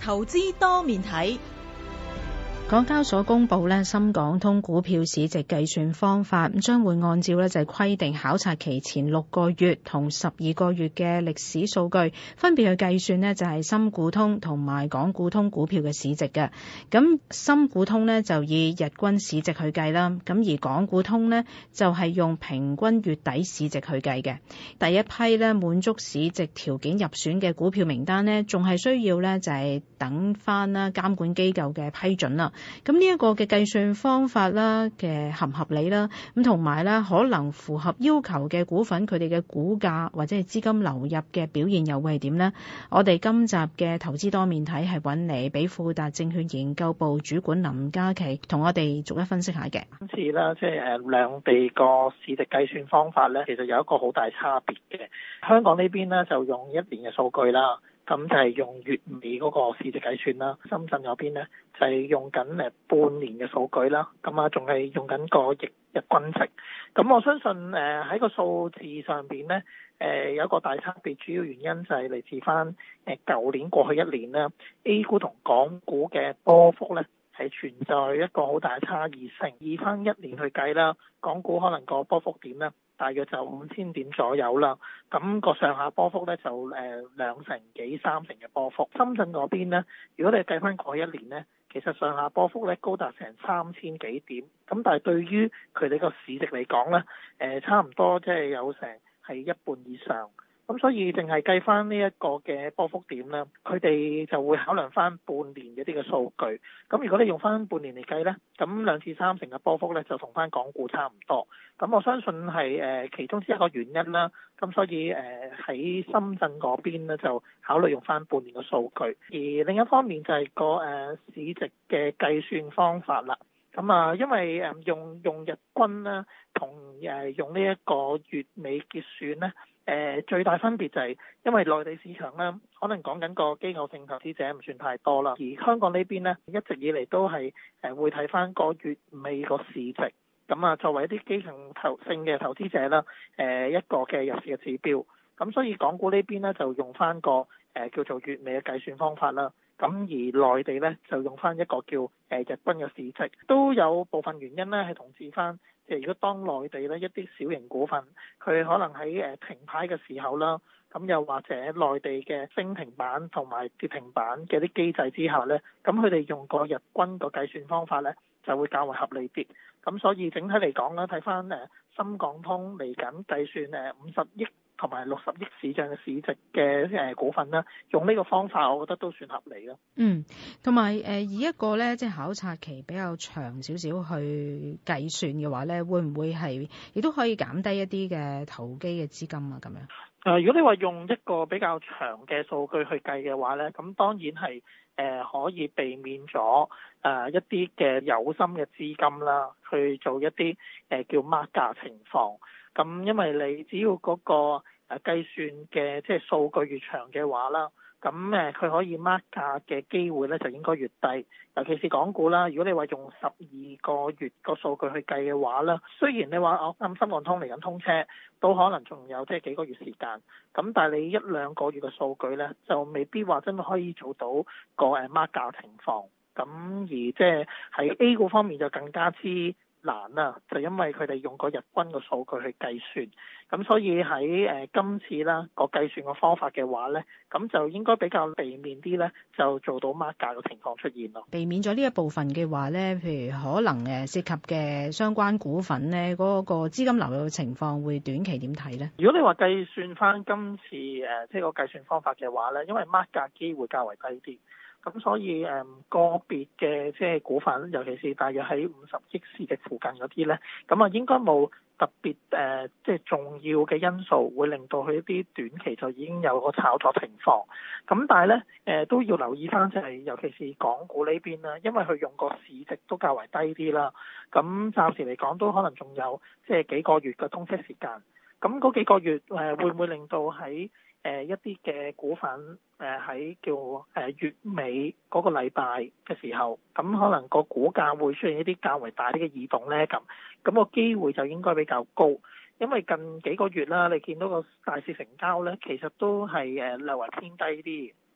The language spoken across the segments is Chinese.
投資多面睇。 港交所公布深港通股票市值計算方法，將會按照就係規定考察期前6個月同12個月嘅歷史數據，分別去計算就係深股通同埋港股通股票嘅市值嘅。咁深股通就以日均市值去計啦，咁而港股通就係用平均月底市值去計嘅。第一批滿足市值條件入選嘅股票名單仲係需要就係等翻監管機構嘅批准啦。咁呢一個嘅計算方法啦嘅合唔合理啦，咁同埋可能符合要求嘅股份，佢哋嘅股價或者係資金流入嘅表現又會係點呢？我哋今集嘅投資多面睇係揾嚟俾富達證券研究部主管林嘉琪同我哋逐一分析下嘅。 今次啦，即係兩地個市值計算方法咧，其實有一個好大差別嘅。香港呢邊咧就用1年嘅數據啦。咁就係用月尾嗰個市值計算啦，深圳嗰邊咧就係用緊半年嘅數據啦，咁啊仲係用緊個日均值。咁我相信喺個數字上邊咧，有一個大差別，主要原因就係嚟自翻舊年過去1年啦 A 股同港股嘅波幅咧係存在一個好大嘅差異性。以翻1年去計啦，港股可能個波幅點咧，大約就5000點左右啦。咁個上下波幅咧就2成幾3成嘅波幅。深圳嗰邊咧，如果你計翻過去1年咧，其實上下波幅咧高達成3000幾點。咁但係對於佢哋個市值嚟講咧，差唔多即係有成係一半以上。咁所以淨係計翻呢一個嘅波幅點咧，佢哋就會考量翻半年嗰啲嘅數據。咁如果你用翻半年嚟計咧，咁2至3成嘅波幅咧就同翻港股差唔多。咁我相信係其中之一個原因啦。咁所以喺深圳嗰邊咧就考慮用翻半年嘅數據。而另一方面就係個市值嘅計算方法啦。咁啊，因為用日均啦，同用呢一個月尾結算咧。最大分別就係因為內地市場咧，可能講緊個機構性投資者唔算太多啦，而香港呢邊咧一直以嚟都係會睇翻個月尾個市值，咁啊作為一啲機構性嘅投資者啦，一個嘅入市嘅指標，咁所以港股呢邊咧就用翻個叫做月尾嘅計算方法啦。咁而內地咧就用翻一個叫日均嘅市值，都有部分原因咧係同時翻，即係如果當內地咧一啲小型股份，佢可能喺停牌嘅時候啦，咁又或者內地嘅升停板同埋跌停板嘅啲機制之下咧，咁佢哋用個日均個計算方法咧就會較為合理啲。咁所以整體嚟講咧，睇翻深港通嚟緊計算50億同埋60億市賬嘅市值嘅股份啦，用呢個方法，我覺得都算合理咯。 同埋以一個即係考察期比較長少少去計算嘅話咧，會唔會係亦都可以減低一啲嘅投機嘅資金啊？咁樣如果你話用一個比較長嘅數據去計嘅話咧，咁當然係可以避免咗一啲嘅有心嘅資金啦，去做一啲叫孖價情況。咁因為你只要嗰個計算嘅即係數據越長嘅話啦，咁佢可以孖價嘅機會咧就應該越低。尤其是港股啦，如果你話用12個月個數據去計嘅話啦，雖然你話深港通嚟緊通車，都可能仲有即係幾個月時間。咁但係你1-2個月嘅數據咧，就未必話真係可以做到個孖價情況。咁而即係喺 A 股方面就更加之難啦，就因為佢哋用個日均嘅數據去計算，咁所以喺今次啦個計算嘅方法嘅話咧，咁就應該比較避免啲咧，就做到孖價嘅情況出現咯。 避免咗呢一部分嘅話咧，譬如可能涉及嘅相關股份咧，嗰個資金流入嘅情況會短期點睇咧？ 如果你話計算翻今次即係個計算方法嘅話咧，因為孖價機會較為低啲。咁所以個別嘅即係股份，尤其是大約喺50億市值附近嗰啲咧，咁啊應該冇特別即係重要嘅因素會令到佢一啲短期就已經有個炒作情況。咁但係咧都要留意翻，即係尤其是港股呢邊啦，因為佢用個市值都較為低啲啦。咁暫時嚟講都可能仲有即係幾個月嘅通車時間。咁嗰幾個月會唔會令到喺一啲嘅股份喺叫月尾嗰個禮拜嘅時候，咁可能個股價會出現一啲較為大啲嘅異動咧，咁個機會就應該比較高，因為近幾個月啦，你見到個大市成交咧，其實都係略為偏低啲。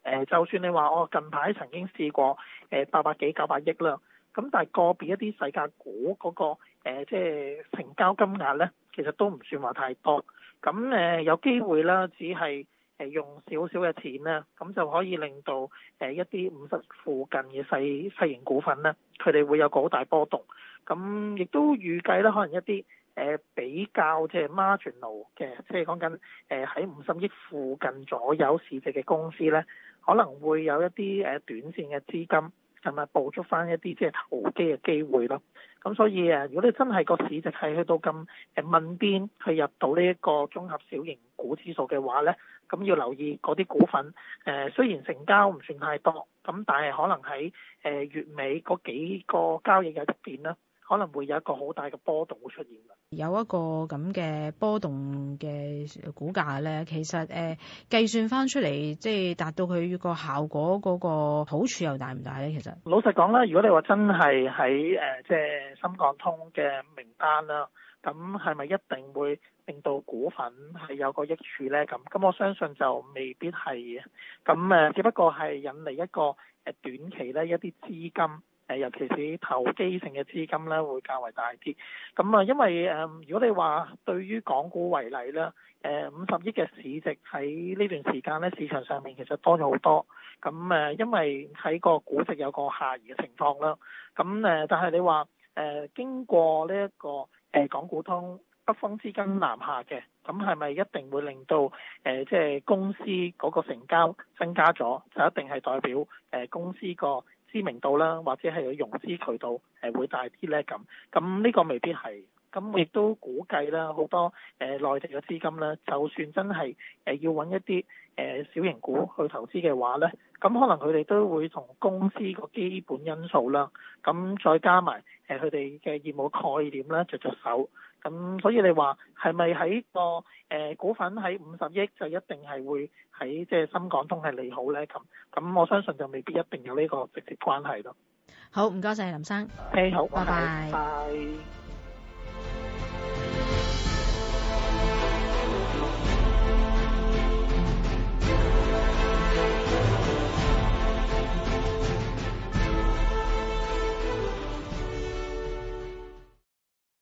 就算你話我近排曾經試過800幾900億啦，咁但係個別一啲細價股嗰個即係成交金額咧，其實都唔算話太多。咁有機會啦，只係用少少嘅錢咧，咁就可以令到一啲50附近嘅細型股份咧，佢哋會有個好大波動。咁亦都預計咧，可能一啲比較即係 marginal 嘅，即係講緊喺50億附近左右市值嘅公司咧，可能會有一啲短線嘅資金同埋捕捉翻一啲即係投機嘅機會咯。咁所以如果你真係個市值係去到咁問邊去入到呢一個綜合小型股指數嘅話咧，咁要留意嗰啲股份雖然成交唔算太多，咁但係可能喺月尾嗰幾個交易日入邊咧，可能會有一個好大嘅波動會出現。 有一個咁嘅波動嘅股價咧，其實計算翻出嚟，即係達到佢個效果嗰個好處又大唔大咧？其實老實講啦，如果你話真係喺即係深港通嘅名單啦，咁係咪一定會令到股份係有個益處咧？咁我相信就未必係嘅。咁只不過係引嚟一個短期咧一啲資金。尤其是投機性嘅資金咧，會較為大啲。咁因為如果你話對於港股為例啦，50億嘅市值喺呢段時間咧，市場上面其實多咗好多。咁因為喺個估值有個下移嘅情況啦。咁但係你話經過呢一個港股通北方資金南下嘅，咁係咪一定會令到即係公司嗰個成交增加咗，就一定係代表公司個知名度啦，或者係佢融資渠道會大啲咧？咁呢個未必係。咁亦都估計啦，好多內地嘅資金咧，就算真係要揾一啲小型股去投資嘅話咧，咁可能佢哋都會從公司個基本因素啦，咁再加埋佢哋嘅業務概念咧着手。咁所以你話係咪喺個股份喺50億就一定係會喺即係深港通係利好咧？咁我相信就未必一定有呢個直接關係咯。 好，唔該晒林生。 好， 拜拜。 拜。